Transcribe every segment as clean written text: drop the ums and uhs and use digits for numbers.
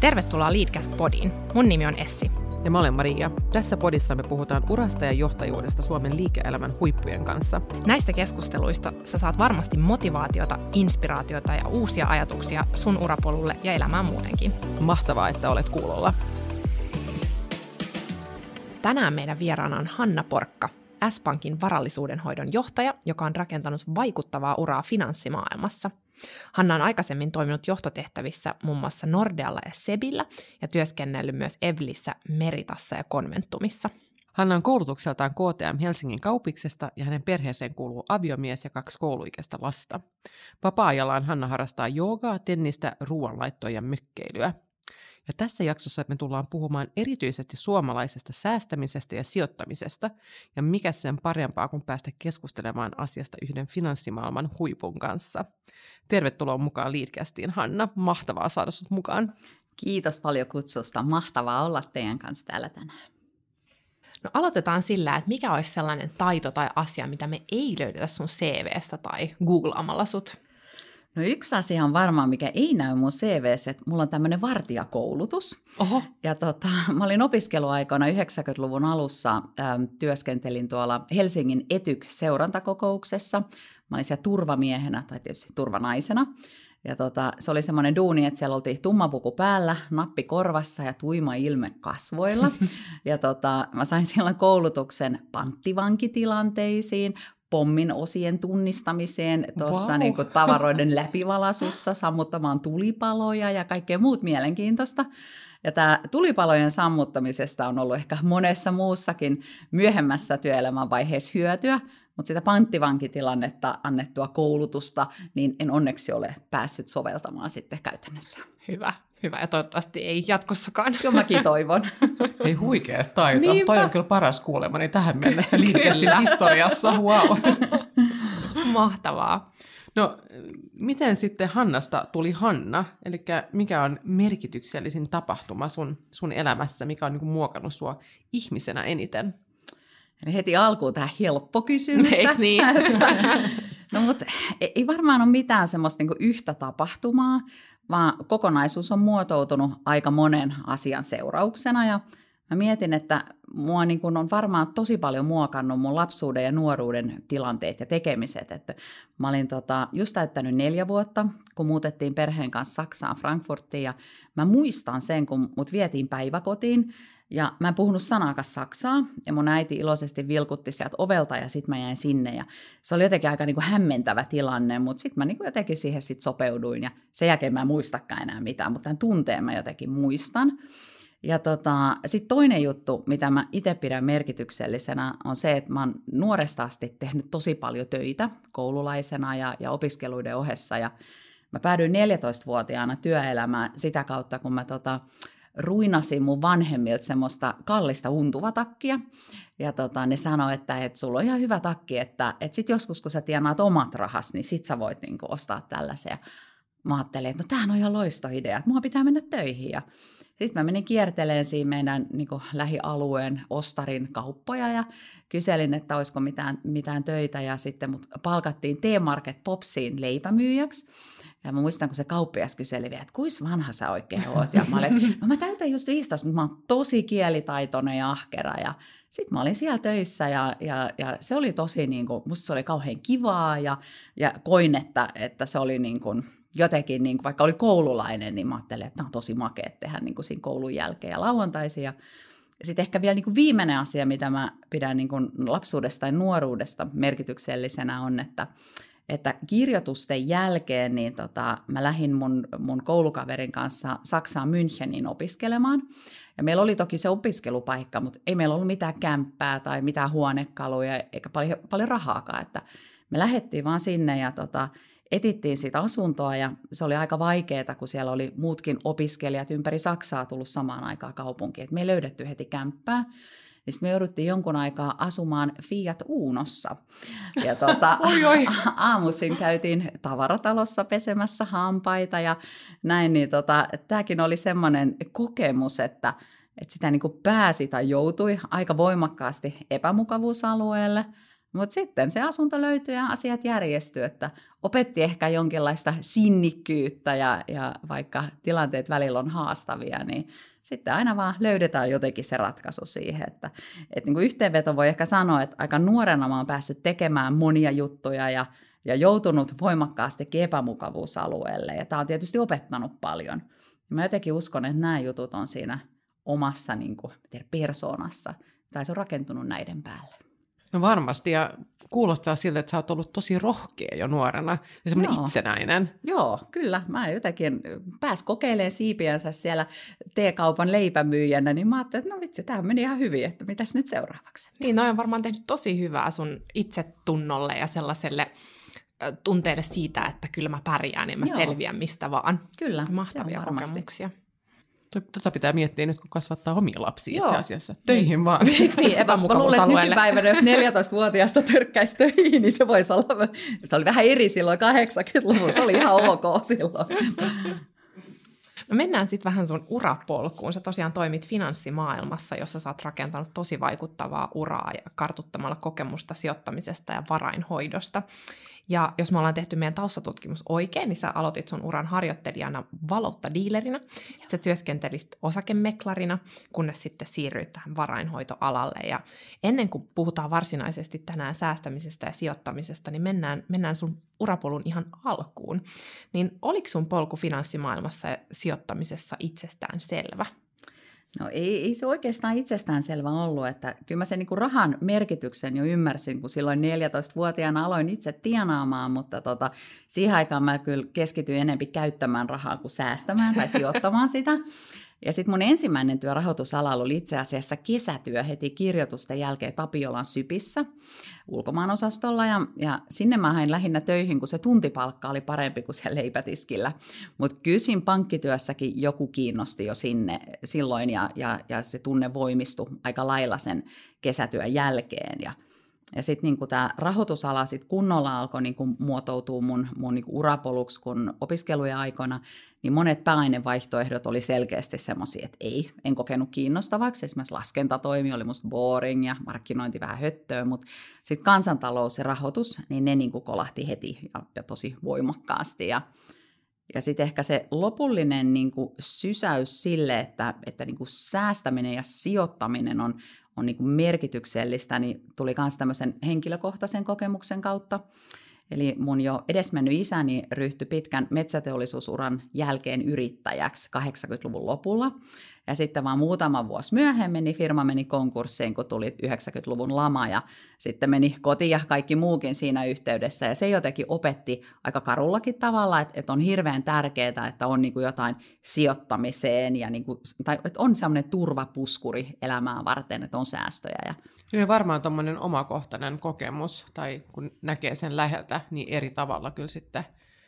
Tervetuloa Leadcast-podiin. Mun nimi on Essi. Ja mä olen Maria. Tässä podissa me puhutaan urasta ja johtajuudesta Suomen liike-elämän huippujen kanssa. Näistä keskusteluista sä saat varmasti motivaatiota, inspiraatiota ja uusia ajatuksia sun urapolulle ja elämään muutenkin. Mahtavaa, että olet kuulolla. Tänään meidän vieraana on Hanna Porkka, S-Pankin varallisuudenhoidon johtaja, joka on rakentanut vaikuttavaa uraa finanssimaailmassa. Hanna on aikaisemmin toiminut johtotehtävissä muun muassa Nordealla ja Sebillä ja työskennellyt myös Evlissä, Meritassa ja Conventumissa. Hanna on koulutukseltaan KTM Helsingin Kaupiksesta ja hänen perheeseen kuuluu aviomies ja 2 kouluikäistä lasta. Vapaa-ajallaan Hanna harrastaa joogaa, tennistä, ruoanlaittoa ja mökkeilyä. Ja tässä jaksossa me tullaan puhumaan erityisesti suomalaisesta säästämisestä ja sijoittamisesta, ja mikä sen parempaa kuin päästä keskustelemaan asiasta yhden finanssimaailman huipun kanssa. Tervetuloa mukaan Leadcastiin, Hanna. Mahtavaa saada sut mukaan. Kiitos paljon kutsusta. Mahtavaa olla teidän kanssa täällä tänään. No aloitetaan sillä, että mikä olisi sellainen taito tai asia, mitä me ei löydetä sun CV:stä tai googlaamalla sut? No yksi asia on varmaan, mikä ei näy mun CV:ssä, että mulla on tämmöinen vartijakoulutus. Oho. Ja mä olin opiskeluaikana 90-luvun alussa, työskentelin tuolla Helsingin Etyk-seurantakokouksessa. Mä olin siellä turvamiehenä tai tietysti turvanaisena. Ja se oli semmoinen duuni, että siellä oltiin tummapuku päällä, nappi korvassa ja tuima ilme kasvoilla. Ja mä sain siellä koulutuksen panttivankitilanteisiin, pommin osien tunnistamiseen, tuossa niin kuin tavaroiden läpivalasussa, sammuttamaan tulipaloja ja kaikkea muut mielenkiintoista. Ja tämä tulipalojen sammuttamisesta on ollut ehkä monessa muussakin myöhemmässä työelämän vaiheessa hyötyä, mutta sitä panttivankitilannetta annettua koulutusta, niin en onneksi ole päässyt soveltamaan sitten käytännössä. Hyvä. Ja toivottavasti ei jatkossakaan. Kyllä mäkin toivon. Ei huikea taito. Niinpä. Toi on kyllä paras kuulemani tähän mennessä Leadcastin historiassa. Wow. Mahtavaa. No, miten sitten Hannasta tuli Hanna? Eli mikä on merkityksellisin tapahtuma sun elämässä? Mikä on niin kuin muokannut sua ihmisenä eniten? Eli heti alkuun tämä helppo kysymys tässä. Niin? No mutta ei varmaan ole mitään semmoista niin kuin yhtä tapahtumaa, vaan kokonaisuus on muotoutunut aika monen asian seurauksena. Ja mä mietin, että mua niin kuin on varmaan tosi paljon muokannut mun lapsuuden ja nuoruuden tilanteet ja tekemiset. Että mä olin just täyttänyt 4 vuotta, kun muutettiin perheen kanssa Saksaan, Frankfurtiin. Ja mä muistan sen, kun mut vietiin päiväkotiin. Ja mä en puhunut sanaakaan saksaa, ja mun äiti iloisesti vilkutti sieltä ovelta, ja sitten mä jäin sinne. Ja se oli jotenkin aika niin kuin hämmentävä tilanne, mutta sitten mä niin kuin jotenkin siihen sit sopeuduin, ja sen jälkeen mä en muistakaan enää mitään, mutta tämän tunteen mä jotenkin muistan. Ja sitten toinen juttu, mitä mä itse pidän merkityksellisenä, on se, että mä oon nuoresta asti tehnyt tosi paljon töitä koululaisena ja opiskeluiden ohessa, ja mä päädyin 14-vuotiaana työelämään sitä kautta, kun mä ruinasin mun vanhemmilta semmoista kallista untuvatakkia. Ja ne sanoi, että sulla on ihan hyvä takki, että sit joskus kun sä tienaat omat rahas, niin sit sä voit niinku ostaa tällaisen. Ja mä ajattelin, että no tämähän on ihan loistoidea, että mua pitää mennä töihin. Ja sitten mä menin kiertelemään siinä meidän niinku lähialueen ostarin kauppoja ja kyselin, että olisiko mitään töitä. Ja sitten mut palkattiin T-Market Popsiin leipämyyjäksi. Ja mä muistan, kun se kauppias kyseli vielä, että kuinka vanha sä oikein oot. Ja mä olin, että no mä täytän just 15, mutta mä oon tosi kielitaitoinen ja ahkera. Ja sitten mä olin siellä töissä ja se oli tosi, niin kuin, musta se oli kauhean kivaa ja koin, että se oli niin kuin, jotenkin, niin kuin, vaikka oli koululainen, niin mä ajattelin, että tämä on tosi makea tehdä niin kuin siinä koulun jälkeen ja lauantaisin. Ja sitten ehkä vielä niin kuin viimeinen asia, mitä mä pidän niin kuin lapsuudesta ja nuoruudesta merkityksellisenä on, että kirjoitusten jälkeen niin mä lähdin mun koulukaverin kanssa Saksaan Müncheniin opiskelemaan. Ja meillä oli toki se opiskelupaikka, mutta ei meillä ollut mitään kämppää tai mitään huonekaluja eikä paljon rahaakaan. Että me lähdettiin vaan sinne ja etittiin sitä asuntoa ja se oli aika vaikeaa, kun siellä oli muutkin opiskelijat ympäri Saksaa tullut samaan aikaan kaupunkiin. Et me ei löydetty heti kämppää. Ja sitten me jouduttiin jonkun aikaa asumaan Fiat Unossa. Ja aamuisin käytiin tavaratalossa pesemässä hampaita ja näin. Niin tämäkin oli semmoinen kokemus, että sitä niin kuin pääsi tai joutui aika voimakkaasti epämukavuusalueelle. Mutta sitten se asunto löytyi ja asiat järjestyi, että opetti ehkä jonkinlaista sinnikkyyttä ja vaikka tilanteet välillä on haastavia, niin sitten aina vaan löydetään jotenkin se ratkaisu siihen, että niin kuin yhteenveto voi ehkä sanoa, että aika nuorena mä oon päässyt tekemään monia juttuja ja joutunut voimakkaastikin epämukavuusalueelle ja tämä on tietysti opettanut paljon. Ja mä jotenkin uskon, että nämä jutut on siinä omassa niin kuin, persoonassa tai se on rakentunut näiden päälle. No varmasti, ja kuulostaa siltä, että sä oot ollut tosi rohkea jo nuorena ja semmoinen itsenäinen. Joo, kyllä. Mä jotenkin pääsin kokeilemaan siipiänsä siellä teekaupan leipämyyjänä, niin mä ajattelin, että no vitsi, tämä meni ihan hyvin, että mitäs nyt seuraavaksi? Niin, noi on varmaan tehnyt tosi hyvää sun itsetunnolle ja sellaiselle tunteelle siitä, että kyllä mä pärjään ja mä selviän mistä vaan. Kyllä, mahtavia kokemuksia. Tota pitää miettiä nyt, kun kasvattaa omia lapsia itse asiassa. Töihin vaan. Niin, epämukavuusalueelle. Mä luulen, että nykypäivänä, jos 14-vuotiaasta törkkäisi töihin, niin se voisi olla, se oli vähän eri silloin 80-luvulla, se oli ihan ok silloin. No mennään sitten vähän sun urapolkuun. Sä tosiaan toimit finanssimaailmassa, jossa sä oot rakentanut tosi vaikuttavaa uraa ja kartuttamalla kokemusta sijoittamisesta ja varainhoidosta. Ja jos me ollaan tehty meidän taustatutkimus oikein, niin sä aloitit sun uran harjoittelijana valuuttadiilerinä, sitten sä työskentelisit osakemeklarina, kunnes sitten siirryit tähän varainhoitoalalle. Ja ennen kuin puhutaan varsinaisesti tänään säästämisestä ja sijoittamisesta, niin mennään sun urapolun ihan alkuun. Niin oliko sun polku finanssimaailmassa ja sijoittamisessa itsestään selvä? No ei se oikeastaan itsestäänselvä ollut, että kyllä mä sen niin kuin rahan merkityksen jo ymmärsin, kun silloin 14-vuotiaana aloin itse tienaamaan, mutta siihen aikaan mä kyllä keskityin enemmän käyttämään rahaa kuin säästämään tai sijoittamaan sitä. Ja sitten mun ensimmäinen työ rahoitusalalla oli itse asiassa kesätyö heti kirjoitusten jälkeen Tapiolan Sypissä ulkomaanosastolla. Ja sinne mä hain lähinnä töihin, kun se tuntipalkka oli parempi kuin siellä leipätiskillä. Mutta kyllä siinä pankkityössäkin joku kiinnosti jo silloin ja se tunne voimistui aika lailla sen kesätyön jälkeen. Ja sitten niin tämä rahoitusala sit kunnolla alkoi niin muotoutua mun niin urapoluksi, kun opiskelujen aikana, niin monet pääainevaihtoehdot oli selkeästi semmoisia, että en kokenut kiinnostavaksi. Esimerkiksi laskentatoimi oli musta boring ja markkinointi vähän höttöä, mutta sitten kansantalous ja rahoitus, niin ne niin kolahti heti ja tosi voimakkaasti. Ja sitten ehkä se lopullinen niin sysäys sille, että niin säästäminen ja sijoittaminen on niin kuin merkityksellistä, niin tuli myös tämmöisen henkilökohtaisen kokemuksen kautta. Eli mun jo edesmennyt isäni ryhtyi pitkän metsäteollisuusuran jälkeen yrittäjäksi 80-luvun lopulla. Ja sitten vaan muutama vuosi myöhemmin niin firma meni konkurssiin, kun tuli 90-luvun lama ja sitten meni koti ja kaikki muukin siinä yhteydessä. Ja se jotenkin opetti aika karullakin tavalla, että on hirveän tärkeää, että on niin kuin jotain sijoittamiseen ja niin kuin, tai että on sellainen turvapuskuri elämää varten, että on säästöjä. Ja varmaan tuommoinen omakohtainen kokemus, tai kun näkee sen läheltä, niin eri tavalla kyllä sitten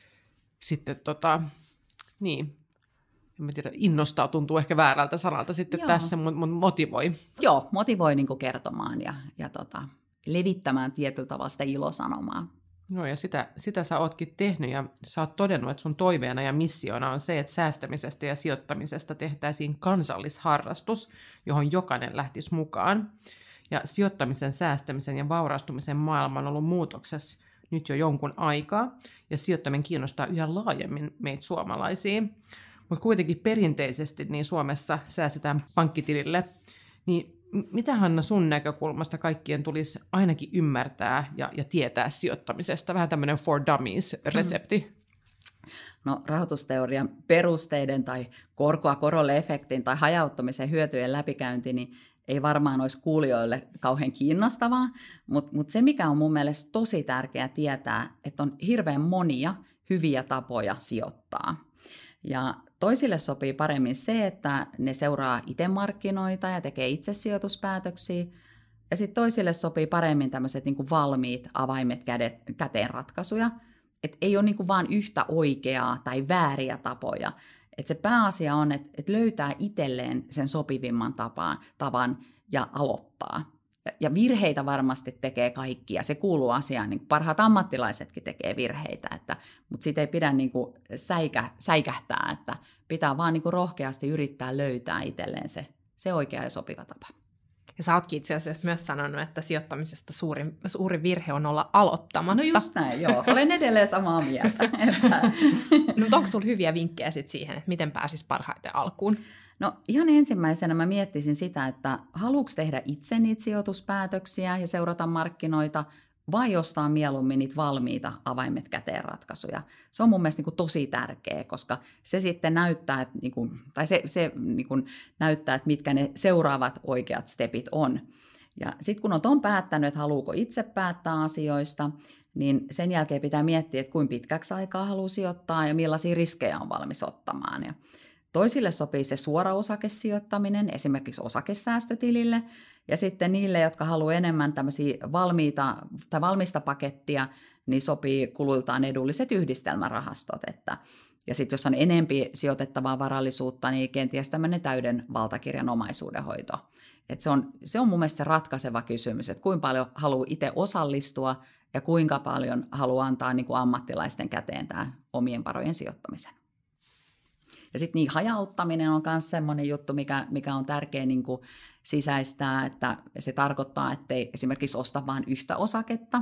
niin. En tiedä, innostaa tuntuu ehkä väärältä sanalta sitten tässä, mutta motivoi. Joo, motivoi niin kuin kertomaan ja levittämään tietyllä tavalla sitä ilosanomaa. No ja sitä sä ootkin tehnyt ja sä oot todennut, että sun toiveena ja missiona on se, että säästämisestä ja sijoittamisesta tehtäisiin kansallisharrastus, johon jokainen lähtisi mukaan. Ja sijoittamisen, säästämisen ja vaurastumisen maailma on ollut muutoksessa nyt jo jonkun aikaa, ja sijoittaminen kiinnostaa yhä laajemmin meitä suomalaisia. Mutta kuitenkin perinteisesti niin Suomessa säästetään pankkitilille. Niin mitä, Hanna, sun näkökulmasta kaikkien tulisi ainakin ymmärtää ja tietää sijoittamisesta? Vähän tämmöinen for dummies-resepti. No, rahoitusteorian perusteiden tai korkoa korolle -efektin tai hajauttamisen hyötyjen läpikäynti, niin ei varmaan olisi kuulijoille kauhean kiinnostavaa, mutta se, mikä on mun mielestä tosi tärkeää tietää, että on hirveän monia hyviä tapoja sijoittaa. Ja toisille sopii paremmin se, että ne seuraa itse markkinoita ja tekee itse sijoituspäätöksiä. Ja sitten toisille sopii paremmin tämmöiset niin kuin valmiit avaimet käteen ratkaisuja. Että ei ole niin kuin vaan yhtä oikeaa tai vääriä tapoja. Että se pääasia on, että löytää itselleen sen sopivimman tavan ja aloittaa. Ja virheitä varmasti tekee kaikki, ja se kuuluu asiaan. Niin parhaat ammattilaisetkin tekee virheitä, mutta siitä ei pidä niin kuin säikähtää, että pitää vaan niin kuin rohkeasti yrittää löytää itselleen se oikea ja sopiva tapa. Ja sä ootkin itse asiassa myös sanonut, että sijoittamisesta suuri virhe on olla aloittamatta. No just näin, joo. Olen edelleen samaa mieltä. No, onko sulla hyviä vinkkejä sit siihen, että miten pääsis parhaiten alkuun? No ihan ensimmäisenä mä miettisin sitä, että haluatko tehdä itse niitä sijoituspäätöksiä ja seurata markkinoita, vai ostaa mieluummin niitä valmiita avaimet käteen ratkaisuja. Se on mun mielestä niin kuin tosi tärkeä, koska se sitten näyttää, että, niin kuin, tai se niin kuin näyttää, että mitkä ne seuraavat oikeat stepit on. Ja sitten kun on ton päättänyt, että haluuko itse päättää asioista, niin sen jälkeen pitää miettiä, että kuinka pitkäksi aikaa haluaa sijoittaa ja millaisia riskejä on valmis ottamaan. Ja toisille sopii se suora osakesijoittaminen, esimerkiksi osakesäästötilille, ja sitten niille, jotka haluaa enemmän tämmöisiä valmista pakettia, niin sopii kuluiltaan edulliset yhdistelmärahastot. Ja sitten jos on enempi sijoitettavaa varallisuutta, niin kenties tämmöinen täyden valtakirjan omaisuudenhoito. Et se on mun mielestä se ratkaiseva kysymys, että kuinka paljon haluaa itse osallistua ja kuinka paljon haluaa antaa niin kuin ammattilaisten käteen tämä omien varojen sijoittamisen. Ja sitten niin hajauttaminen on myös semmoinen juttu, mikä on tärkeä niin kuin sisäistää, että se tarkoittaa, ettei esimerkiksi osta vain yhtä osaketta.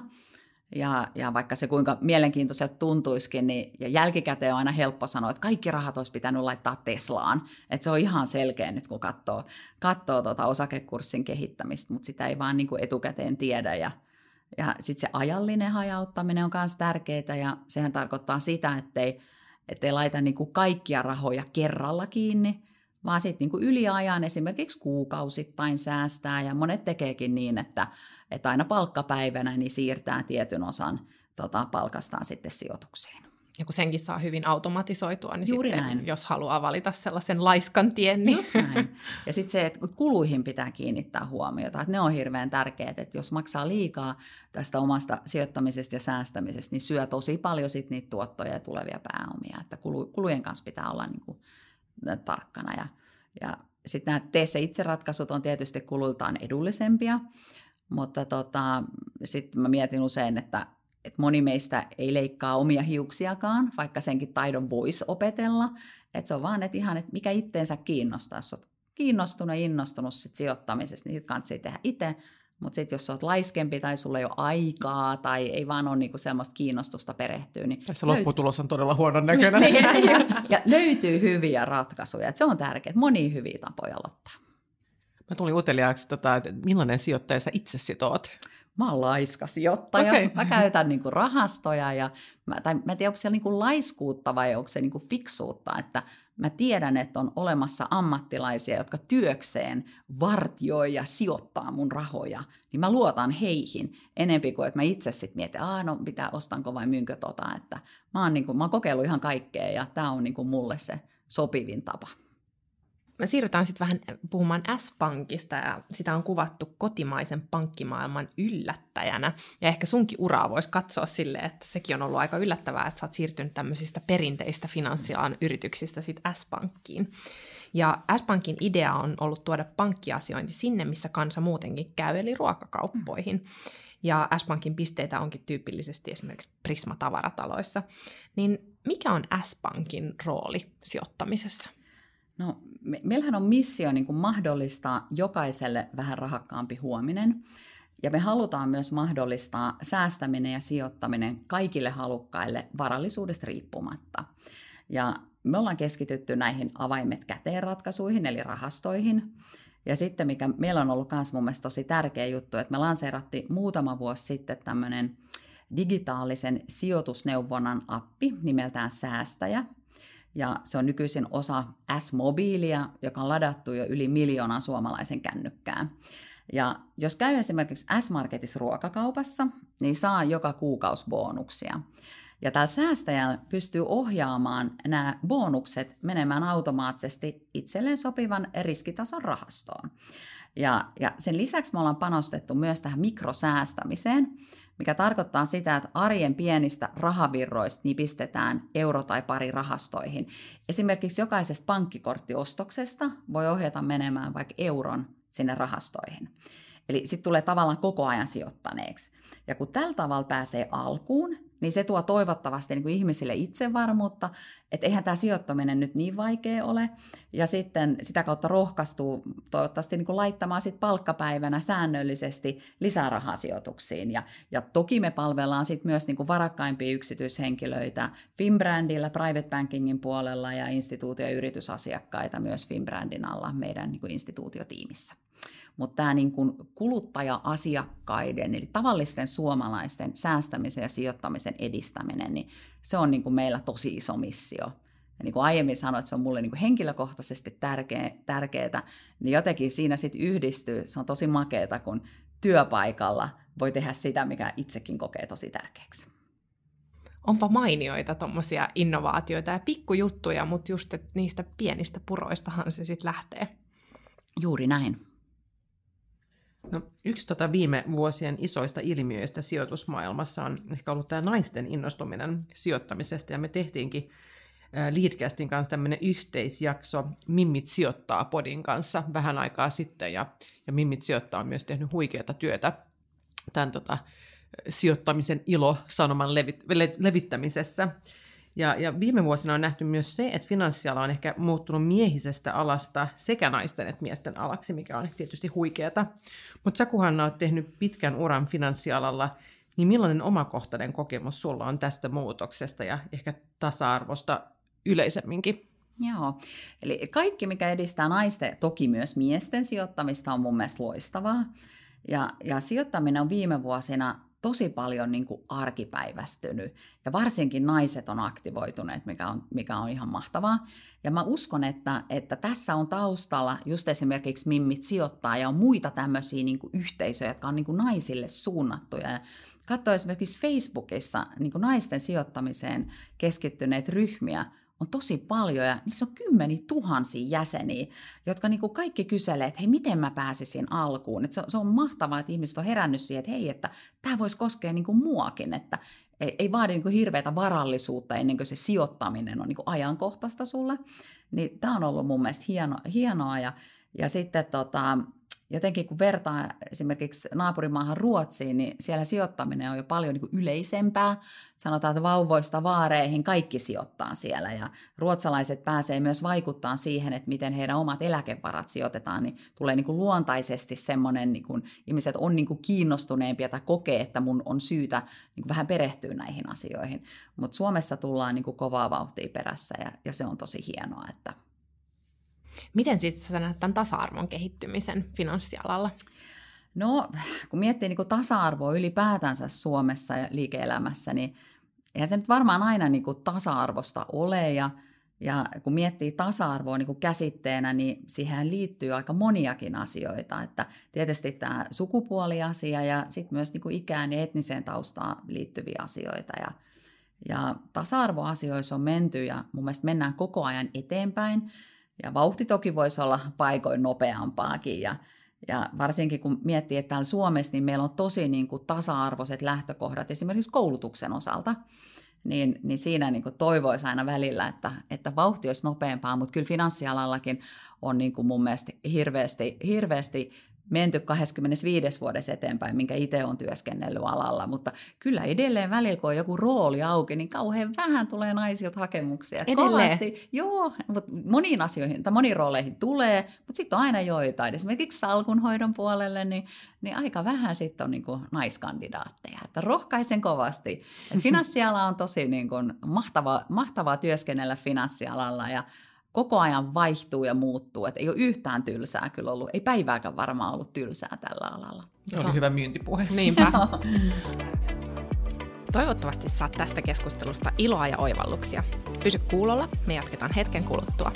Ja vaikka se kuinka mielenkiintoiselta tuntuisikin, niin ja jälkikäteen on aina helppo sanoa, että kaikki rahat olisi pitänyt laittaa Teslaan. Että se on ihan selkeä nyt, kun katsoo osakekurssin kehittämistä, mutta sitä ei vaan niin kuin etukäteen tiedä. Ja sitten se ajallinen hajauttaminen on myös tärkeää, ja sehän tarkoittaa sitä, ettei laita niin kuin kaikkia rahoja kerralla kiinni, vaan sitten niin yli ajan esimerkiksi kuukausittain säästää, ja monet tekeekin niin, että aina palkkapäivänä niin siirtää tietyn osan palkastaan sitten sijoituksiin. Ja kun senkin saa hyvin automatisoitua, niin juuri sitten näin. Jos haluaa valita sellaisen laiskan tien, niin... Just näin. Ja sitten se, että kuluihin pitää kiinnittää huomiota, että ne on hirveän tärkeät, että jos maksaa liikaa tästä omasta sijoittamisesta ja säästämisestä, niin syö tosi paljon sitten niitä tuottoja ja tulevia pääomia, että kulujen kanssa pitää olla niin kuin tarkkana. Ja sitten nämä tee se itse ratkaisut on tietysti kuluiltaan edullisempia, mutta sitten mä mietin usein, että moni meistä ei leikkaa omia hiuksiakaan, vaikka senkin taidon voisi opetella. Että se on vaan, että ihan, että mikä itteensä kiinnostaa. Jos olet kiinnostunut ja innostunut sit sijoittamisesta, niin sit kannattaa tehdä itse. Mutta sitten jos olet laiskempi tai sulla ei ole aikaa tai ei vaan ole niinku semmoista kiinnostusta perehtyä, niin tässä lopputulos on todella huonon näköinen. Ja löytyy hyviä ratkaisuja. Et se on tärkeää, monia hyviä tapoja aloittaa. Mä tulin uteliaaksi, että millainen sijoittaja sä itse sit oot? Mä oon laiska sijoittaja. Okay. Mä käytän niinku rahastoja ja mä en tiedä, onko siellä niinku laiskuutta vai onko se niinku fiksuutta, että mä tiedän, että on olemassa ammattilaisia, jotka työkseen vartioi ja sijoittaa mun rahoja, niin mä luotan heihin enempi kuin, että mä itse sitten mietin, ostanko vai myynkö että mä oon kokeillut ihan kaikkea ja tää on niinku mulle se sopivin tapa. Me siirrytään sitten vähän puhumaan S-Pankista, ja sitä on kuvattu kotimaisen pankkimaailman yllättäjänä. Ja ehkä sunkin uraa voisi katsoa silleen, että sekin on ollut aika yllättävää, että sä oot siirtynyt tämmöisistä perinteistä finanssialan yrityksistä sitten S-Pankkiin. Ja S-Pankin idea on ollut tuoda pankkiasiointi sinne, missä kansa muutenkin käy, eli ruokakauppoihin. Ja S-Pankin pisteitä onkin tyypillisesti esimerkiksi Prisma-tavarataloissa. Niin mikä on S-Pankin rooli sijoittamisessa? No, meillähän on missio niin kuin mahdollistaa jokaiselle vähän rahakkaampi huominen, ja me halutaan myös mahdollistaa säästäminen ja sijoittaminen kaikille halukkaille varallisuudesta riippumatta. Ja me ollaan keskitytty näihin avaimet käteen ratkaisuihin, eli rahastoihin. Ja sitten, mikä meillä on ollut myös mun mielestä tosi tärkeä juttu, että me lanseerattiin muutama vuosi sitten tämmöinen digitaalisen sijoitusneuvonnan appi nimeltään Säästäjä. Ja se on nykyisin osa S-mobiilia, joka on ladattu jo yli 1 miljoonan suomalaisen kännykkään. Ja jos käy esimerkiksi S-Marketissa ruokakaupassa, niin saa joka kuukausi bonuksia. Ja täällä säästäjällä pystyy ohjaamaan nämä bonukset menemään automaattisesti itselleen sopivan riskitason rahastoon. Ja sen lisäksi me ollaan panostettu myös tähän mikrosäästämiseen, mikä tarkoittaa sitä, että arjen pienistä rahavirroista nipistetään euro tai pari rahastoihin. Esimerkiksi jokaisesta pankkikorttiostoksesta voi ohjata menemään vaikka euron sinne rahastoihin. Eli sitten tulee tavallaan koko ajan sijoittaneeksi. Ja kun tällä tavalla pääsee alkuun, niin se tuo toivottavasti niin kuin ihmisille itsevarmuutta, että eihän tämä sijoittaminen nyt niin vaikea ole, ja sitten sitä kautta rohkaistuu toivottavasti niin kuin laittamaan sit palkkapäivänä säännöllisesti lisää rahasijoituksiin, ja toki me palvellaan sit myös niin kuin varakkaimpia yksityishenkilöitä Finbrandilla, private bankingin puolella ja instituutio- ja yritysasiakkaita myös Finbrandin alla meidän niin kuin instituutiotiimissä. Mutta tämä niin kuin kuluttaja-asiakkaiden, eli tavallisten suomalaisten säästämisen ja sijoittamisen edistäminen, niin se on niin kuin meillä tosi iso missio. Ja niin kuin aiemmin sanoin, että se on mulle niin kuin henkilökohtaisesti tärkeää, niin jotenkin siinä sitten yhdistyy, se on tosi makeata, kun työpaikalla voi tehdä sitä, mikä itsekin kokee tosi tärkeäksi. Onpa mainioita tuommoisia innovaatioita ja pikkujuttuja, mutta just niistä pienistä puroistahan se sitten lähtee. Juuri näin. No, yksi viime vuosien isoista ilmiöistä sijoitusmaailmassa on ehkä ollut tämä naisten innostuminen sijoittamisesta, ja me tehtiinkin Leadcastin kanssa tämmöinen yhteisjakso Mimmit sijoittaa -podin kanssa vähän aikaa sitten, ja Mimmit sijoittaa on myös tehnyt huikeata työtä tämän sijoittamisen ilo-sanoman levittämisessä. Ja viime vuosina on nähty myös se, että finanssiala on ehkä muuttunut miehisestä alasta sekä naisten että miesten alaksi, mikä on tietysti huikeata. Mutta sä, Hanna, oot tehnyt pitkän uran finanssialalla, niin millainen omakohtainen kokemus sulla on tästä muutoksesta ja ehkä tasa-arvosta yleisemminkin? Joo, eli kaikki, mikä edistää naisten, toki myös miesten sijoittamista, on mun mielestä loistavaa. Ja sijoittaminen on viime vuosina tosi paljon niin kuin arkipäivästynyt, ja varsinkin naiset on aktivoituneet, mikä on ihan mahtavaa. Ja mä uskon, että tässä on taustalla just esimerkiksi Mimmit sijoittaa, ja on muita tämmöisiä niin kuin yhteisöjä, jotka on niin kuin naisille suunnattuja. Ja katsoo esimerkiksi Facebookissa niin kuin naisten sijoittamiseen keskittyneet ryhmiä, on tosi paljon, ja niissä on 10 000 jäseniä, jotka niin kuin kaikki kyselee, että hei, miten mä pääsisin alkuun. Että se on mahtavaa, että ihmiset on herännyt siihen, että hei, että tämä voisi koskea niin kuin muakin, että ei vaadi niin kuin hirveätä varallisuutta ennen kuin se sijoittaminen on niin kuin ajankohtaista sulle. Niin tämä on ollut mun mielestä hienoa, ja sitten jotenkin kun vertaa esimerkiksi naapurimaahan Ruotsiin, niin siellä sijoittaminen on jo paljon niin kuin yleisempää. Sanotaan, että vauvoista vaareihin kaikki sijoittaa siellä, ja ruotsalaiset pääsee myös vaikuttamaan siihen, että miten heidän omat eläkevarat sijoitetaan, niin tulee niin kuin luontaisesti semmoinen, niin kuin ihmiset on niin kuin kiinnostuneempia tai kokee, että mun on syytä niin kuin vähän perehtyä näihin asioihin. Mutta Suomessa tullaan niin kuin kovaa vauhtia perässä, ja se on tosi hienoa, että miten siis sä näet tämän tasa-arvon kehittymisen finanssialalla? No, kun miettii niin kuin tasa-arvoa ylipäätänsä Suomessa ja liike-elämässä, niin eihän se nyt varmaan aina niin kuin tasa-arvosta ole. Ja kun miettii tasa-arvoa niin kuin käsitteenä, niin siihen liittyy aika moniakin asioita. Että tietysti tämä sukupuoliasia ja sitten myös niin kuin ikään ja etniseen taustaan liittyviä asioita. Ja tasa-arvoasioissa on menty, ja mun mielestä mennään koko ajan eteenpäin. Ja vauhti toki voisi olla paikoin nopeampaakin, ja varsinkin kun miettii, että täällä Suomessa niin meillä on tosi niin kuin tasa-arvoiset lähtökohdat esimerkiksi koulutuksen osalta, niin siinä niin kuin toivoisi aina välillä, että vauhti olisi nopeampaa, mutta kyllä finanssialallakin on niin kuin mun mielestä hirveästi menty 25 vuodessa eteenpäin, minkä itse olen työskennellyt alalla, mutta kyllä edelleen välillä, kun on joku rooli auki, niin kauhean vähän tulee naisilta hakemuksia. Kovasti, joo, mutta moniin asioihin tai moniin rooleihin tulee, mutta sitten on aina joitain. Esimerkiksi salkunhoidon puolelle, niin aika vähän sitten on niin kuin naiskandidaatteja. Että rohkaisen kovasti. Et finanssiala on tosi niin kuin mahtavaa työskennellä finanssialalla, ja koko ajan vaihtuu ja muuttuu, että ei ole yhtään tylsää kyllä ollut, ei päivääkään varmaan ollut tylsää tällä alalla. Se oli hyvä myyntipuhe. Niinpä. Toivottavasti saat tästä keskustelusta iloa ja oivalluksia. Pysy kuulolla, me jatketaan hetken kuluttua.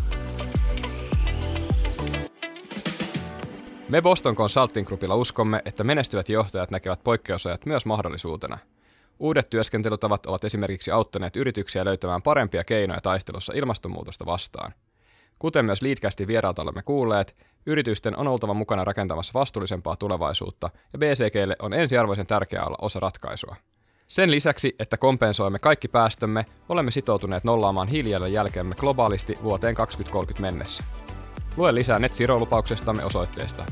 Me Boston Consulting Groupilla uskomme, että menestyvät johtajat näkevät poikkeusajat myös mahdollisuutena. Uudet työskentelytavat ovat esimerkiksi auttaneet yrityksiä löytämään parempia keinoja taistelussa ilmastonmuutosta vastaan. Kuten myös Leadcastin vierailta olemme kuulleet, yritysten on oltava mukana rakentamassa vastuullisempaa tulevaisuutta, ja BCG:lle on ensiarvoisen tärkeää olla osa ratkaisua. Sen lisäksi, että kompensoimme kaikki päästömme, olemme sitoutuneet nollaamaan hiilijalanjälkemme globaalisti vuoteen 2030 mennessä. Lue lisää Net Zero-lupauksestamme osoitteesta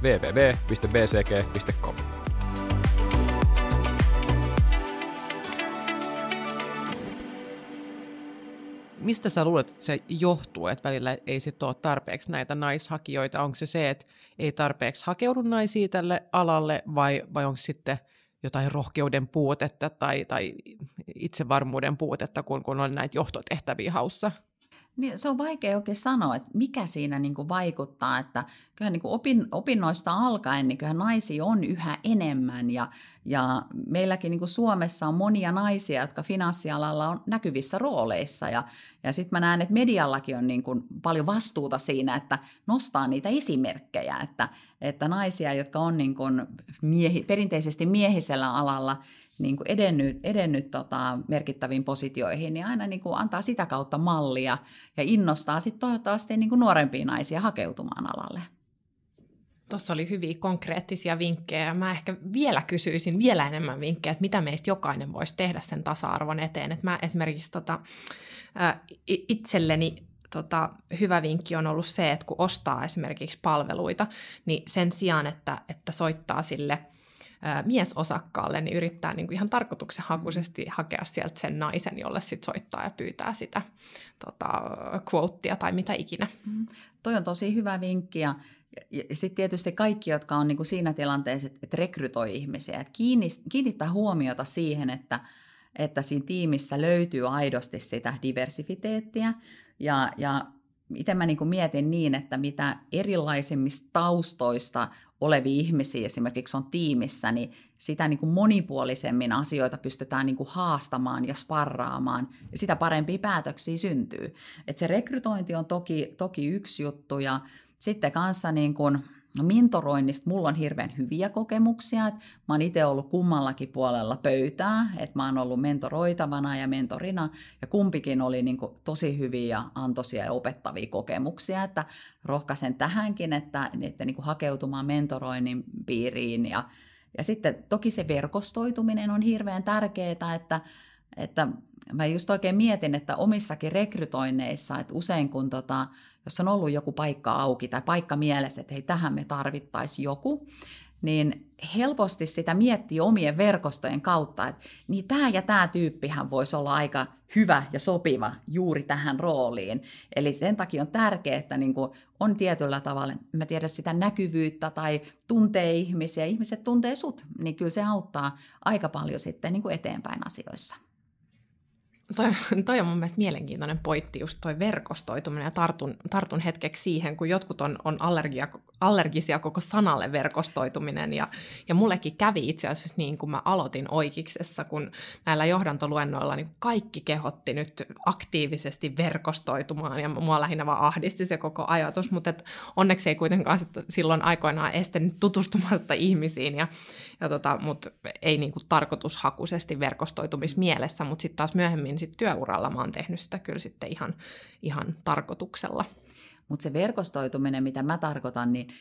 www.bcg.com. mistä sä luulet, että se johtuu, että välillä ei sit ole tarpeeksi näitä naishakijoita? Onko se, että ei tarpeeksi hakeudu naisia tälle alalle vai onko sitten jotain rohkeuden puutetta tai itsevarmuuden puutetta, kun on näitä johtotehtäviä haussa? Niin, se on vaikea oikein sanoa, että mikä siinä niin kuin vaikuttaa, että kyllähän niin kuin opinnoista alkaen niin kyllähän naisia on yhä enemmän ja meilläkin niin kuin Suomessa on monia naisia, jotka finanssialalla on näkyvissä rooleissa ja sitten mä näen, että mediallakin on niin kuin paljon vastuuta siinä, että nostaa niitä esimerkkejä, että naisia, jotka on niin kuin perinteisesti miehisellä alalla, niin kuin edennyt merkittäviin positioihin, niin aina niin kuin antaa sitä kautta mallia ja innostaa sitten toivottavasti niin kuin nuorempia naisia hakeutumaan alalle. Tuossa oli hyviä konkreettisia vinkkejä. Mä ehkä vielä kysyisin vielä enemmän vinkkejä, että mitä meistä jokainen voisi tehdä sen tasa-arvon eteen. Et mä esimerkiksi itselleni hyvä vinkki on ollut se, että kun ostaa esimerkiksi palveluita, niin sen sijaan, että soittaa sille miesosakkaalle, niin yrittää niin kuin ihan tarkoituksenhakuisesti hakea sieltä sen naisen, jolle sit soittaa ja pyytää sitä quotea tai mitä ikinä. Toi on tosi hyvä vinkki ja sitten tietysti kaikki, jotka on niin kuin siinä tilanteessa, että rekrytoi ihmisiä, että kiinnittää huomiota siihen, että siinä tiimissä löytyy aidosti sitä diversifiteettiä ja miten mä niin kuin mietin niin, että mitä erilaisimmista taustoista olevia ihmisiä esimerkiksi on tiimissä, niin sitä niin kuin monipuolisemmin asioita pystytään niin kuin haastamaan ja sparraamaan, ja sitä parempia päätöksiä syntyy. Et se rekrytointi on toki yksi juttu, ja sitten kanssa niin kuin mentoroinnista mulla on hirveän hyviä kokemuksia. Et mä oon itse ollut kummallakin puolella pöytää, että mä oon ollut mentoroitavana ja mentorina, ja kumpikin oli niin kuin tosi hyviä ja antoisia ja opettavia kokemuksia, että rohkaisen tähänkin, että niin kuin hakeutumaan mentoroinnin piiriin. Ja sitten toki se verkostoituminen on hirveän tärkeää, että mä just oikein mietin, että omissakin rekrytoinneissa, että usein kun jos on ollut joku paikka auki tai paikka mielessä, että hei, tähän me tarvittaisiin joku, niin helposti sitä miettii omien verkostojen kautta, että niin tämä ja tämä tyyppihän voisi olla aika hyvä ja sopiva juuri tähän rooliin. Eli sen takia on tärkeää, että niin kuin on tietyllä tavalla, mä tiedän sitä näkyvyyttä tai tuntee ihmisiä, ihmiset tuntee sut, niin kyllä se auttaa aika paljon sitten niin kuin eteenpäin asioissa. Toi on mun mielestä mielenkiintoinen pointti, just toi verkostoituminen, ja tartun hetkeksi siihen, kun jotkut on allergisia koko sanalle verkostoituminen, ja mullekin kävi itse asiassa niin, kun mä aloitin Oikiksessa, kun näillä johdantoluennoilla niin kaikki kehotti nyt aktiivisesti verkostoitumaan, ja mua lähinnä vaan ahdisti se koko ajatus, mutta onneksi ei kuitenkaan silloin aikoinaan estänyt tutustumasta ihmisiin, mutta ei niin kuin tarkoitushakuisesti verkostoitumismielessä, mutta sitten taas myöhemmin sit työuralla mä oon tehnyt sitä kyllä sitten ihan tarkoituksella. Mutta se verkostoituminen, mitä mä tarkoitan, niin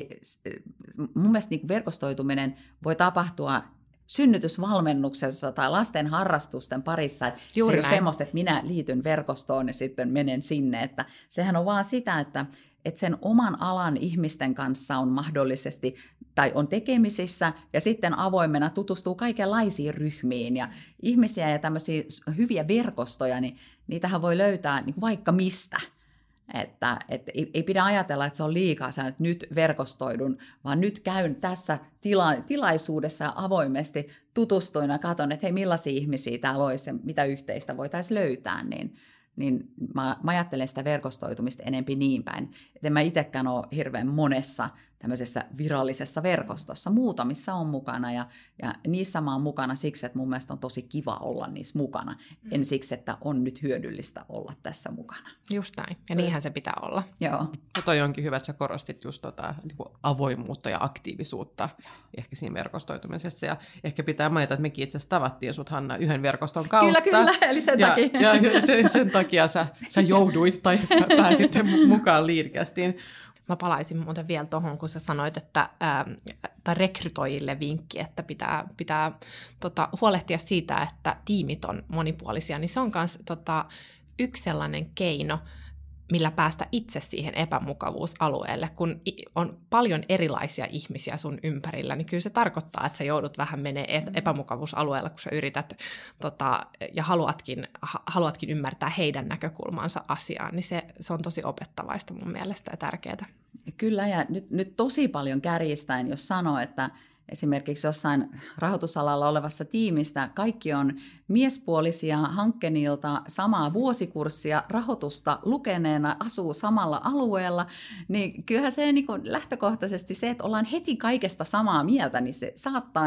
mun mielestä niin verkostoituminen voi tapahtua synnytysvalmennuksessa tai lasten harrastusten parissa. Että se ei ole semmoista, että minä liityn verkostoon ja sitten menen sinne. Että sehän on vaan sitä, että sen oman alan ihmisten kanssa on mahdollisesti tai on tekemisissä ja sitten avoimena tutustuu kaikenlaisiin ryhmiin ja ihmisiä ja tämmöisiä hyviä verkostoja, niin niitähän voi löytää niin kuin vaikka mistä. Että ei pidä ajatella, että se on liikaa, että nyt verkostoidun, vaan nyt käyn tässä tilaisuudessa ja avoimesti tutustuin ja katson, että hei, millaisia ihmisiä täällä olisi ja mitä yhteistä voitaisiin löytää, niin mä ajattelen sitä verkostoitumista enempi niin päin, että en mä itsekään ole hirveän monessa tämmöisessä virallisessa verkostossa. Muutamissa on mukana ja niissä mä oon mukana siksi, että mun mielestä on tosi kiva olla niissä mukana. En siksi, että on nyt hyödyllistä olla tässä mukana. Just näin. Ja niinhän se pitää olla. Joo. Ja toi onkin hyvä, että sä korostit just niin kuin avoimuutta ja aktiivisuutta ehkä siinä verkostoitumisessa. Ja ehkä pitää mainita, että mekin itse asiassa tavattiin sut, Hanna, yhden verkoston kautta. Kyllä, eli sen takia. Ja sen takia sä jouduit tai pääsit mukaan Leadcastiin. Mä palaisin muuten vielä tuohon, kun sä sanoit, että rekrytoijille vinkki, että pitää huolehtia siitä, että tiimit on monipuolisia, niin se on myös yksi sellainen keino millä päästä itse siihen epämukavuusalueelle, kun on paljon erilaisia ihmisiä sun ympärillä, niin kyllä se tarkoittaa, että sä joudut vähän menee epämukavuusalueella, kun sä yrität ja haluatkin ymmärtää heidän näkökulmansa asiaan, niin se on tosi opettavaista mun mielestä ja tärkeää. Kyllä, ja nyt tosi paljon kärjistäen, jos sanoo, että esimerkiksi jossain rahoitusalalla olevassa tiimistä kaikki on miespuolisia hankkeenilta, samaa vuosikurssia, rahoitusta lukeneena, asuu samalla alueella, niin kyllähän se niin kuin lähtökohtaisesti se, että ollaan heti kaikesta samaa mieltä, niin se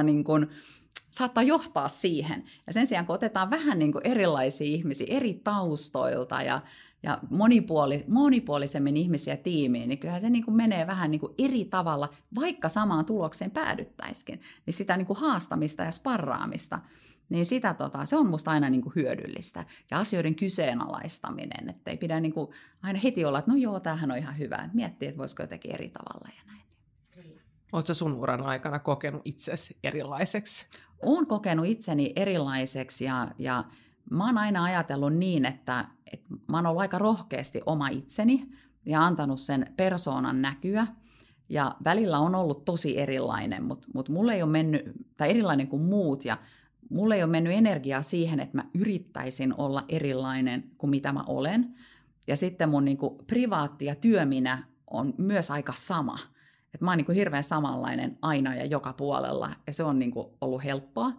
saattaa johtaa siihen. Ja sen sijaan, kun otetaan vähän niin kuin erilaisia ihmisiä eri taustoilta ja monipuolisemmin ihmisiä tiimiin, niin kyllähän se niin kuin menee vähän niin kuin eri tavalla, vaikka samaan tulokseen päädyttäisikin. Niin sitä niin kuin haastamista ja sparraamista, niin se on musta aina niin kuin hyödyllistä. Ja asioiden kyseenalaistaminen, että ei pidä niin kuin aina heti olla, että no joo, tämähän on ihan hyvä. Miettiä, että voisiko jotenkin eri tavalla ja näin. Oletko sun uran aikana kokenut itsesi erilaiseksi? Olen kokenut itseni erilaiseksi ja mä oon aina ajatellut niin, että mä oon ollut aika rohkeasti oma itseni ja antanut sen persoonan näkyä. Ja välillä on ollut tosi erilainen, mutta mulle ei ole mennyt, tai erilainen kuin muut, ja mulle ei ole mennyt energiaa siihen, että mä yrittäisin olla erilainen kuin mitä mä olen. Ja sitten mun niin kuin privaatti ja työminä on myös aika sama. Et mä oon niin kuin hirveän samanlainen aina ja joka puolella, ja se on niin kuin ollut helppoa.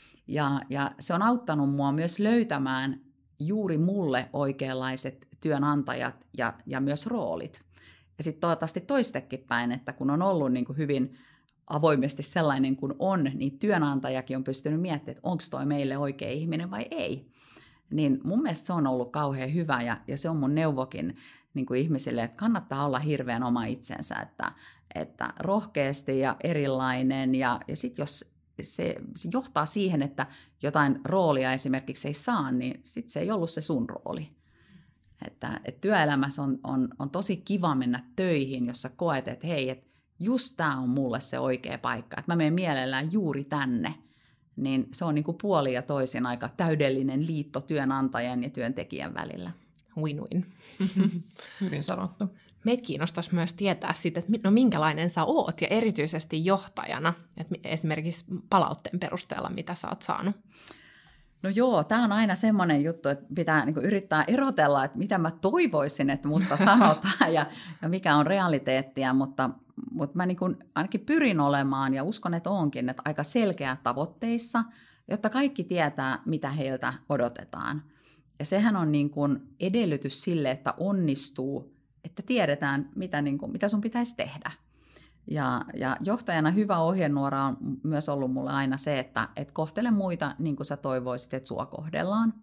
Ja se on auttanut mua myös löytämään juuri mulle oikeanlaiset työnantajat ja myös roolit. Ja sitten toivottavasti toistekin päin, että kun on ollut niin kuin hyvin avoimesti sellainen kuin on, niin työnantajakin on pystynyt miettimään, että onko toi meille oikea ihminen vai ei. Niin mun mielestä se on ollut kauhean hyvä ja se on mun neuvokin niin kuin ihmisille, että kannattaa olla hirveän oma itsensä, että rohkeasti ja erilainen ja sitten jos se johtaa siihen, että jotain roolia esimerkiksi ei saa, niin sitten se ei ollut se sun rooli. Että työelämässä on tosi kiva mennä töihin, jossa koet, että hei, että just tämä on mulle se oikea paikka, että mä menen mielellään juuri tänne. Niin se on niin kuin puolin ja toisin aika täydellinen liitto työnantajan ja työntekijän välillä. Win-win. Hyvin sanottu. Meitä kiinnostaisi myös tietää siitä, että no minkälainen sä oot ja erityisesti johtajana, että esimerkiksi palautteen perusteella, mitä sä oot saanut. No joo, tämä on aina semmoinen juttu, että pitää niin kuin yrittää erotella, että mitä mä toivoisin, että musta sanotaan ja mikä on realiteettia, mutta mä niin kuin ainakin pyrin olemaan ja uskon, että oonkin, että aika selkeä tavoitteissa, jotta kaikki tietää, mitä heiltä odotetaan. Ja sehän on niin kuin edellytys sille, että onnistuu, että tiedetään, mitä sun pitäisi tehdä. Ja johtajana hyvä ohjenuora on myös ollut mulle aina se, että kohtele muita niin kuin sä toivoisit, että sua kohdellaan.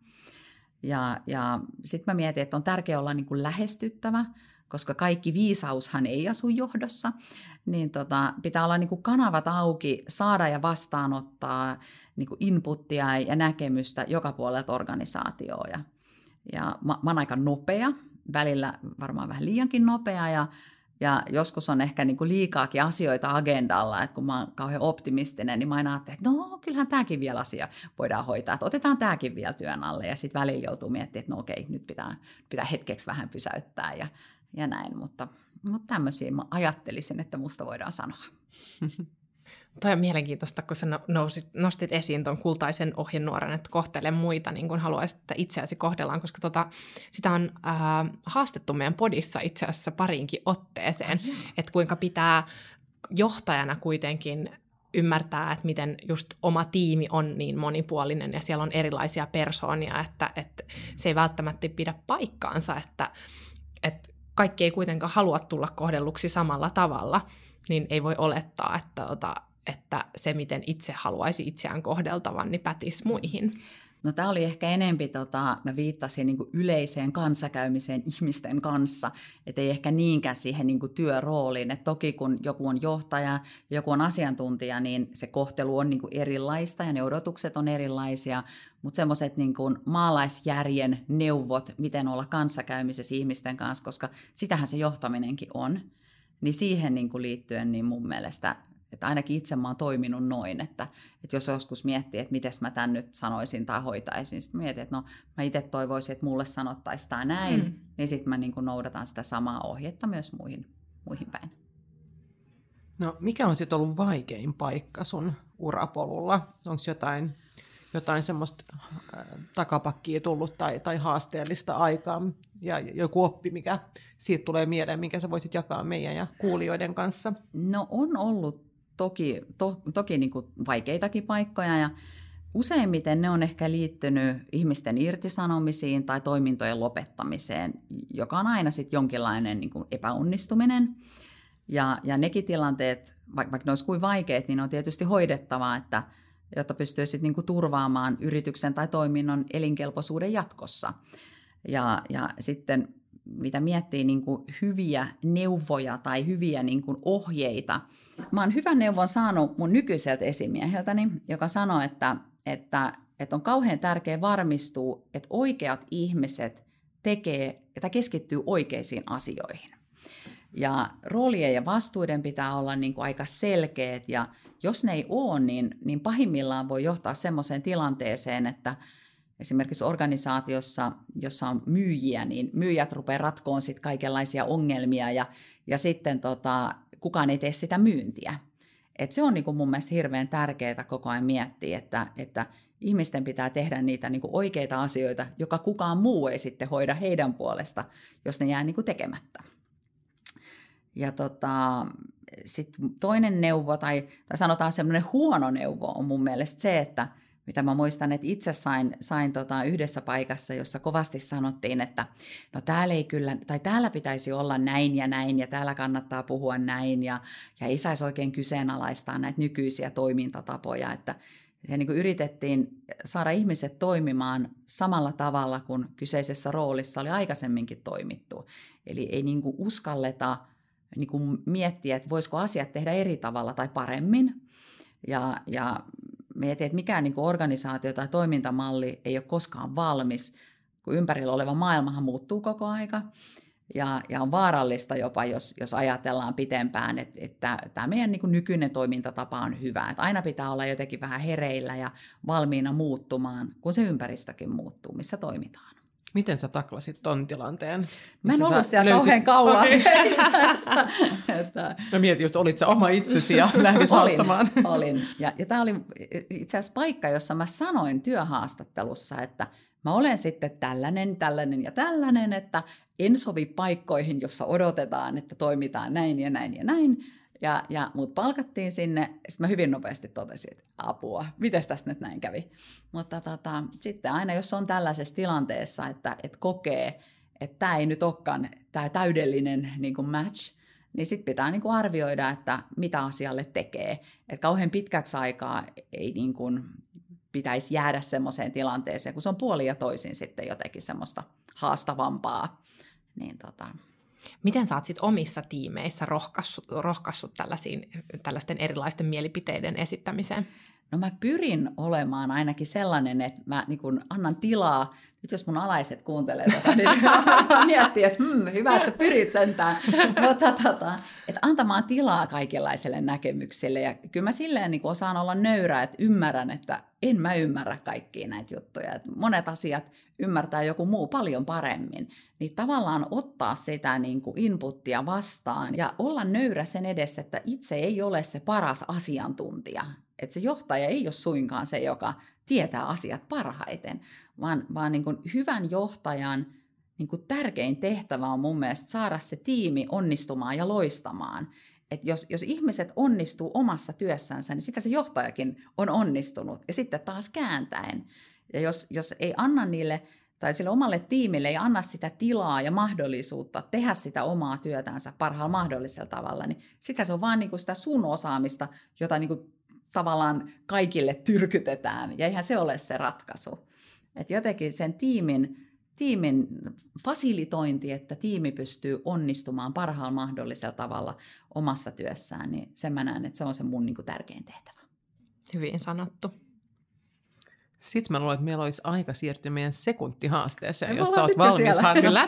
Ja sitten mä mietin, että on tärkeää olla niin kuin lähestyttävä, koska kaikki viisaushan ei asu johdossa. Niin pitää olla niin kuin kanavat auki, saada ja vastaanottaa niin kuin inputtia ja näkemystä joka puolelta organisaatioon. Ja mä oon aika nopea, välillä varmaan vähän liiankin nopea ja joskus on ehkä niin kuin liikaakin asioita agendalla, että kun mä oon kauhean optimistinen, niin mä aina ajattelen, että no kyllähän tämäkin vielä asia voidaan hoitaa, että otetaan tämäkin vielä työn alle ja sitten välillä joutuu miettimään, että no okei, nyt pitää hetkeksi vähän pysäyttää ja näin, mutta tämmöisiä mä ajattelisin, että musta voidaan sanoa. Toi on mielenkiintoista, kun sä nostit esiin tuon kultaisen ohjenuoran, että kohtele muita niin kuin haluaisit, että itseäsi kohdellaan, koska sitä on haastettu meidän podissa itse asiassa pariinkin otteeseen, että kuinka pitää johtajana kuitenkin ymmärtää, että miten just oma tiimi on niin monipuolinen ja siellä on erilaisia persoonia, että se ei välttämättä pidä paikkaansa, että kaikki ei kuitenkaan halua tulla kohdelluksi samalla tavalla, niin ei voi olettaa, että se, miten itse haluaisi itseään kohdeltavan, niin pätisi muihin. No tämä oli ehkä enempi, mä viittasin niin kuin yleiseen kanssakäymiseen ihmisten kanssa, että ei ehkä niinkään siihen niin kuin työrooliin. Et toki kun joku on johtaja ja joku on asiantuntija, niin se kohtelu on niin kuin erilaista ja ne odotukset on erilaisia, mutta semmoiset niin kuin maalaisjärjen neuvot, miten olla kanssakäymisessä ihmisten kanssa, koska sitähän se johtaminenkin on, niin siihen niin kuin liittyen niin mun mielestä että ainakin itse mä oon toiminut noin, että jos joskus miettii, että miten mä tämän nyt sanoisin tai hoitaisin, sitten mietin, että no mä itse toivoisin, että mulle sanottaisiin tämä näin, niin sitten mä niin kuin noudatan sitä samaa ohjetta myös muihin päin. No, mikä on sitten ollut vaikein paikka sun urapolulla? Onko jotain semmoista takapakkia tullut tai haasteellista aikaa ja joku oppi, mikä siitä tulee mieleen, minkä sä voisit jakaa meidän ja kuulijoiden kanssa? No on ollut toki niin kuin vaikeitakin paikkoja ja useimmiten ne on ehkä liittynyt ihmisten irtisanomisiin tai toimintojen lopettamiseen, joka on aina sitten jonkinlainen niin kuin epäonnistuminen. Ja nekin tilanteet, vaikka ne olisi kuin vaikeat, niin on tietysti hoidettava, jotta pystyy sitten niin kuin turvaamaan yrityksen tai toiminnon elinkelpoisuuden jatkossa. Ja sitten mitä miettii niin kuin hyviä neuvoja tai hyviä niin kuin ohjeita. Mä oon hyvän neuvon saanut mun nykyiseltä esimieheltäni, joka sanoi, että on kauhean tärkeää varmistua, että oikeat ihmiset keskittyy oikeisiin asioihin. Ja roolien ja vastuuden pitää olla niin kuin aika selkeät, ja jos ne ei ole, niin pahimmillaan voi johtaa semmoiseen tilanteeseen, että esimerkiksi organisaatiossa, jossa on myyjiä, niin myyjät rupeaa ratkoon sit kaikenlaisia ongelmia, ja sitten kukaan ei tee sitä myyntiä. Et se on niin kuin mun mielestä hirveän tärkeää koko ajan miettiä, että ihmisten pitää tehdä niitä niin kuin oikeita asioita, joka kukaan muu ei sitten hoida heidän puolesta, jos ne jää niin kuin tekemättä. Ja sitten toinen neuvo, tai sanotaan semmoinen huono neuvo, on mun mielestä se, että mitä mä muistan, että itse sain yhdessä paikassa, jossa kovasti sanottiin, että no täällä ei kyllä, tai täällä pitäisi olla näin, ja täällä kannattaa puhua näin, ja ei saisi oikein kyseenalaistaa näitä nykyisiä toimintatapoja, että se niin kuin yritettiin saada ihmiset toimimaan samalla tavalla kuin kyseisessä roolissa oli aikaisemminkin toimittu. Eli ei niin kuin uskalleta niin kuin miettiä, että voisiko asiat tehdä eri tavalla tai paremmin. Ja mietin, että mikään niin kuin organisaatio tai toimintamalli ei ole koskaan valmis, kun ympärillä oleva maailmahan muuttuu koko aika. Ja on vaarallista jopa, jos ajatellaan pitempään, että tämä meidän niin kuin nykyinen toimintatapa on hyvä. Että aina pitää olla jotenkin vähän hereillä ja valmiina muuttumaan, kun se ympäristökin muuttuu, missä toimitaan. Miten sä taklasit ton tilanteen? Mä en ollut siellä kauhean kauan. Mä mietin just, olit sä oma itsesi ja lähdit haastamaan. Olin. Ja tämä oli itse asiassa paikka, jossa mä sanoin työhaastattelussa, että mä olen sitten tällainen ja tällainen, että en sovi paikkoihin, jossa odotetaan, että toimitaan näin ja näin ja näin. Ja mut palkattiin sinne, sitten mä hyvin nopeasti totesin, että apua, miten tässä nyt näin kävi. Mutta sitten aina, jos on tällaisessa tilanteessa, että kokee, että tämä ei nyt olekaan tämä täydellinen niin kuin match, niin sitten pitää niin kuin arvioida, että mitä asialle tekee. Että kauhean pitkäksi aikaa ei niin kuin pitäisi jäädä semmoiseen tilanteeseen, kun se on puolin ja toisin sitten jotenkin semmoista haastavampaa. Niin Miten sä oot sit omissa tiimeissä rohkaissut tällaisten erilaisten mielipiteiden esittämiseen? No mä pyrin olemaan ainakin sellainen, että mä niin kun annan tilaa. Nyt jos mun alaiset kuuntelee tätä, niin miettii, että hyvä, että pyrit sentään. Mutta että antamaan tilaa kaikenlaiselle näkemyksille. Ja kyllä mä silleen niin osaan olla nöyrä, että ymmärrän, että en mä ymmärrä kaikkia näitä juttuja. Että monet asiat ymmärtää joku muu paljon paremmin. Niin tavallaan ottaa sitä niin kuin inputtia vastaan ja olla nöyrä sen edessä, että itse ei ole se paras asiantuntija. Että se johtaja ei ole suinkaan se, joka tietää asiat parhaiten, vaan niin kuin hyvän johtajan niin kuin tärkein tehtävä on mun mielestä saada se tiimi onnistumaan ja loistamaan. Että jos ihmiset onnistuu omassa työssänsä, niin sitten se johtajakin on onnistunut. Ja sitten taas kääntäen. Ja jos ei anna niille tai sille omalle tiimille ei anna sitä tilaa ja mahdollisuutta tehdä sitä omaa työtänsä parhaalla mahdollisella tavalla, niin sitä se on vaan niin kuin sitä sun osaamista, jota niin kuin tavallaan kaikille tyrkytetään. Ja eihän se ole se ratkaisu. Että jotenkin sen tiimin fasilitointi, että tiimi pystyy onnistumaan parhaalla mahdollisella tavalla omassa työssään, niin sen mä näen, että se on se mun niin kuin tärkein tehtävä. Hyvin sanottu. Sitten mä luulen, että meillä olisi aika siirtyä meidän sekuntihaasteeseen, jos sä oot valmis, Hannila.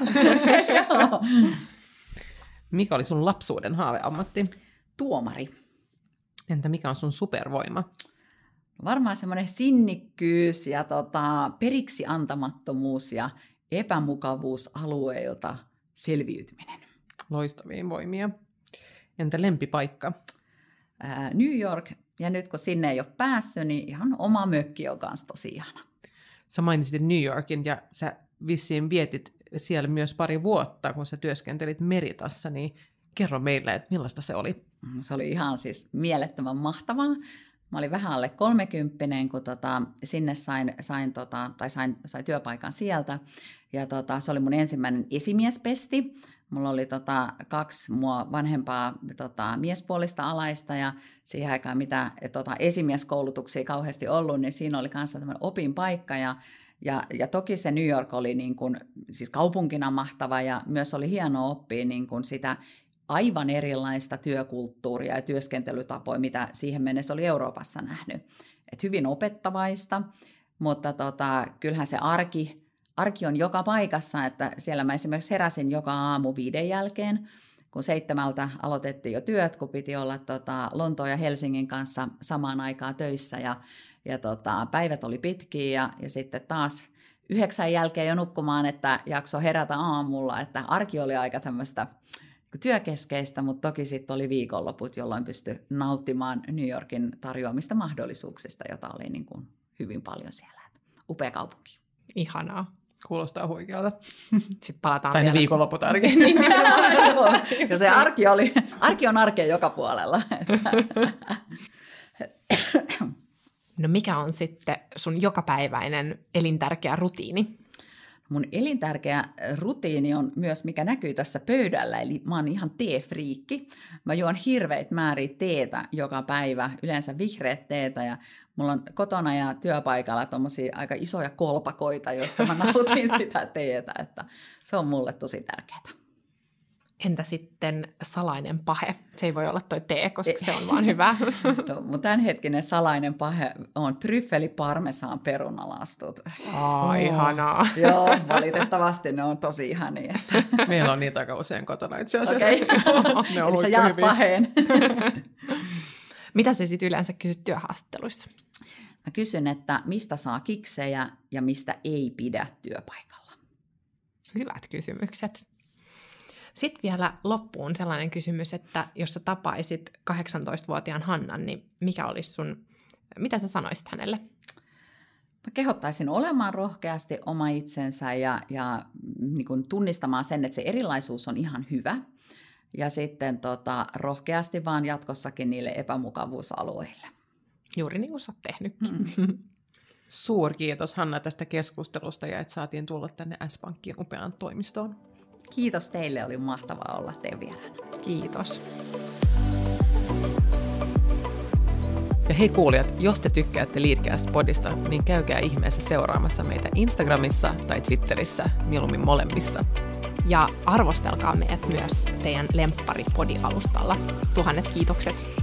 Mikä oli sun lapsuuden haaveammatti? Tuomari. Entä mikä on sun supervoima? Varmaan semmoinen sinnikkyys ja periksi antamattomuus ja epämukavuusalueilta selviytyminen. Loistavia voimia. Entä lempipaikka? New York, ja nyt kun sinne ei ole päässyt, niin ihan oma mökki on kanssa tosi ihana. Sä mainitsit New Yorkin, ja sä vissiin vietit siellä myös pari vuotta, kun sä työskentelit Meritassa, niin kerro meille, että millaista se oli? Se oli ihan siis mielettömän mahtavaa. Mä olin vähän alle 30, kun sinne sain työpaikan sieltä. Ja se oli mun ensimmäinen esimiespesti. Mulla oli 2 mua vanhempaa miespuolista alaista, ja siihen aikaan mitä esimieskoulutuksia kauheasti ollut, niin siinä oli kanssa tämmöinen opinpaikka. Ja toki se New York oli niin kuin, siis kaupunkina mahtava, ja myös oli hienoa oppia niin kuin sitä aivan erilaista työkulttuuria ja työskentelytapoja, mitä siihen mennessä oli Euroopassa nähnyt. Et hyvin opettavaista, mutta kyllähän se arki on joka paikassa, että siellä mä esimerkiksi heräsin joka aamu 5 jälkeen, kun 7 aloitettiin jo työt, kun piti olla Lontoon ja Helsingin kanssa samaan aikaan töissä, ja päivät oli pitkiä, ja sitten taas 9 jälkeen jo nukkumaan, että jakso herätä aamulla, että arki oli aika tämmöistä työkeskeistä, mutta toki sitten oli viikonloput, jolloin pystyi nauttimaan New Yorkin tarjoamista mahdollisuuksista, jota oli niin kuin hyvin paljon siellä. Upea kaupunki. Ihanaa. Kuulostaa huikealta. Sitten palataan tai ne viikonloput arki. Ja se arki on arkea joka puolella. No mikä on sitten sun jokapäiväinen elintärkeä rutiini? Mun elintärkeä rutiini on myös, mikä näkyy tässä pöydällä, eli mä oon ihan teefriikki. Mä juon hirveitä määriä teetä joka päivä, yleensä vihreät teetä, ja mulla on kotona ja työpaikalla tommosia aika isoja kolpakoita, joista mä nautin sitä teetä, että se on mulle tosi tärkeää. Entä sitten salainen pahe? Se ei voi olla toi tee, koska se on vaan hyvä. No, mun tämänhetkinen salainen pahe on tryffeli parmesan perunalastut. Ihanaa. Joo, valitettavasti ne on tosi ihania. Meillä on niitä aika usein kotona itse asiassa. Okei. Ne on eli sä jaat paheen. Mitä sä sitten yleensä kysyt työhaastatteluissa? Mä kysyn, että mistä saa kiksejä ja mistä ei pidä työpaikalla. Hyvät kysymykset. Sitten vielä loppuun sellainen kysymys, että jos sä tapaisit 18-vuotiaan Hannan, niin mitä sä sanoisit hänelle? Mä kehottaisin olemaan rohkeasti oma itsensä ja niin kuin tunnistamaan sen, että se erilaisuus on ihan hyvä. Ja sitten rohkeasti vaan jatkossakin niille epämukavuusalueille. Juuri niin kuin sä oot tehnytkin. Suurkiitos Hanna tästä keskustelusta ja että saatiin tulla tänne S-Pankin upeaan toimistoon. Kiitos teille, oli mahtavaa olla teidän vieraana. Kiitos. Ja hei kuulijat, jos te tykkäätte Leadcast-podista, niin käykää ihmeessä seuraamassa meitä Instagramissa tai Twitterissä, mieluummin molemmissa. Ja arvostelkaa meidät myös teidän lemppari-podi-alustalla. 1000 kiitokset.